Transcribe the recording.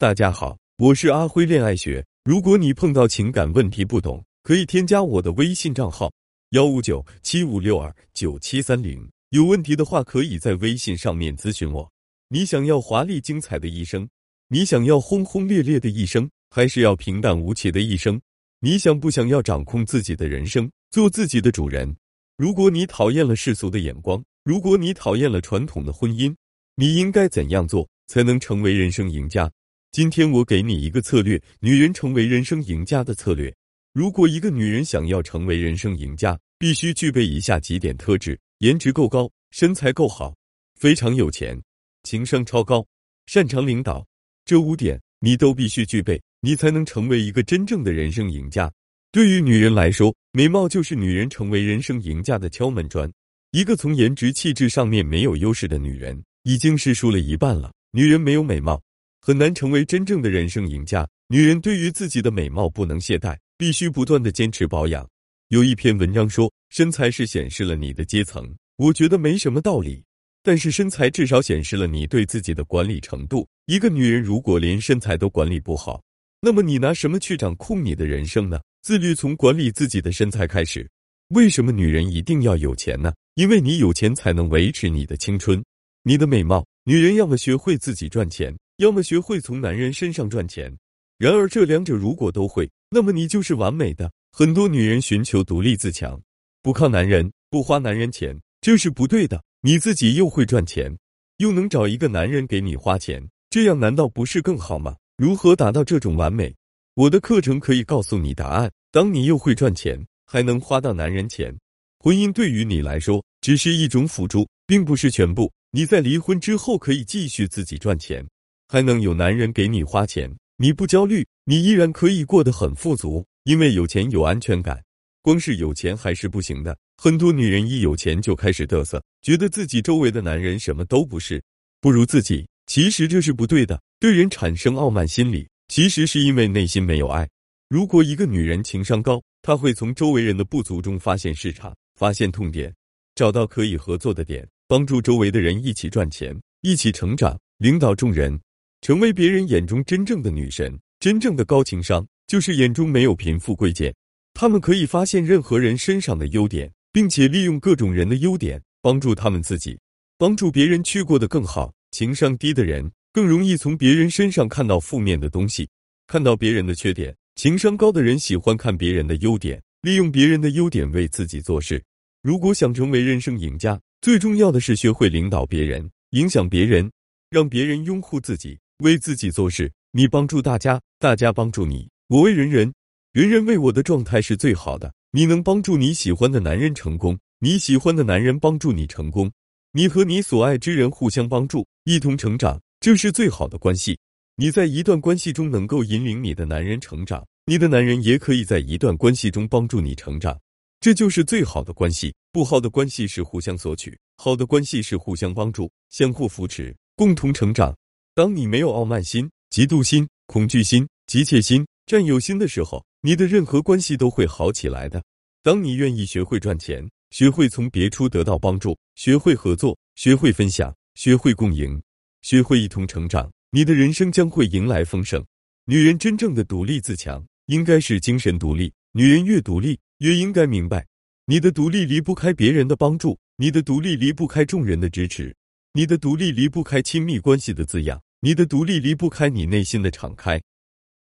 大家好，我是阿辉恋爱学。如果你碰到情感问题不懂，可以添加我的微信账号15975629730，有问题的话可以在微信上面咨询我。你想要华丽精彩的一生？你想要轰轰烈烈的一生，还是要平淡无奇的一生？你想不想要掌控自己的人生，做自己的主人？如果你讨厌了世俗的眼光，如果你讨厌了传统的婚姻，你应该怎样做才能成为人生赢家？今天我给你一个策略，女人成为人生赢家的策略。如果一个女人想要成为人生赢家，必须具备以下几点特质：颜值够高，身材够好，非常有钱，情商超高，擅长领导。这5点你都必须具备，你才能成为一个真正的人生赢家。对于女人来说，美貌就是女人成为人生赢家的敲门砖。一个从颜值气质上面没有优势的女人，已经是输了一半了。女人没有美貌，很难成为真正的人生赢家。女人对于自己的美貌不能懈怠，必须不断的坚持保养。有一篇文章说，身材是显示了你的阶层，我觉得没什么道理，但是身材至少显示了你对自己的管理程度。一个女人如果连身材都管理不好，那么你拿什么去掌控你的人生呢？自律从管理自己的身材开始。为什么女人一定要有钱呢？因为你有钱才能维持你的青春，你的美貌。女人要么学会自己赚钱，要么学会从男人身上赚钱。然而这两者如果都会，那么你就是完美的。很多女人寻求独立自强，不靠男人，不花男人钱，这是不对的。你自己又会赚钱，又能找一个男人给你花钱，这样难道不是更好吗？如何达到这种完美？我的课程可以告诉你答案。当你又会赚钱，还能花到男人钱，婚姻对于你来说只是一种辅助，并不是全部。你在离婚之后可以继续自己赚钱，还能有男人给你花钱，你不焦虑，你依然可以过得很富足，因为有钱有安全感。光是有钱还是不行的，很多女人一有钱就开始嘚瑟，觉得自己周围的男人什么都不是，不如自己。其实这是不对的，对人产生傲慢心理，其实是因为内心没有爱。如果一个女人情商高，她会从周围人的不足中发现市场，发现痛点，找到可以合作的点，帮助周围的人一起赚钱，一起成长，领导众人，成为别人眼中真正的女神。真正的高情商，就是眼中没有贫富贵贱，他们可以发现任何人身上的优点，并且利用各种人的优点，帮助他们自己，帮助别人去过得更好。情商低的人，更容易从别人身上看到负面的东西，看到别人的缺点。情商高的人喜欢看别人的优点，利用别人的优点为自己做事。如果想成为人生赢家，最重要的是学会领导别人，影响别人，让别人拥护自己，为自己做事。你帮助大家，大家帮助你。我为人人，人人为我的状态是最好的。你能帮助你喜欢的男人成功，你喜欢的男人帮助你成功，你和你所爱之人互相帮助，一同成长，这是最好的关系。你在一段关系中能够引领你的男人成长，你的男人也可以在一段关系中帮助你成长，这就是最好的关系。不好的关系是互相索取，好的关系是互相帮助，相互扶持，共同成长。当你没有傲慢心、嫉妒心、恐惧心、急切心、占有心的时候，你的任何关系都会好起来的。当你愿意学会赚钱，学会从别处得到帮助，学会合作，学会分享，学会共赢，学会一同成长，你的人生将会迎来丰盛。女人真正的独立自强，应该是精神独立。女人越独立，越应该明白，你的独立离不开别人的帮助，你的独立离不开众人的支持，你的独立离不开亲密关系的滋养，你的独立离不开你内心的敞开。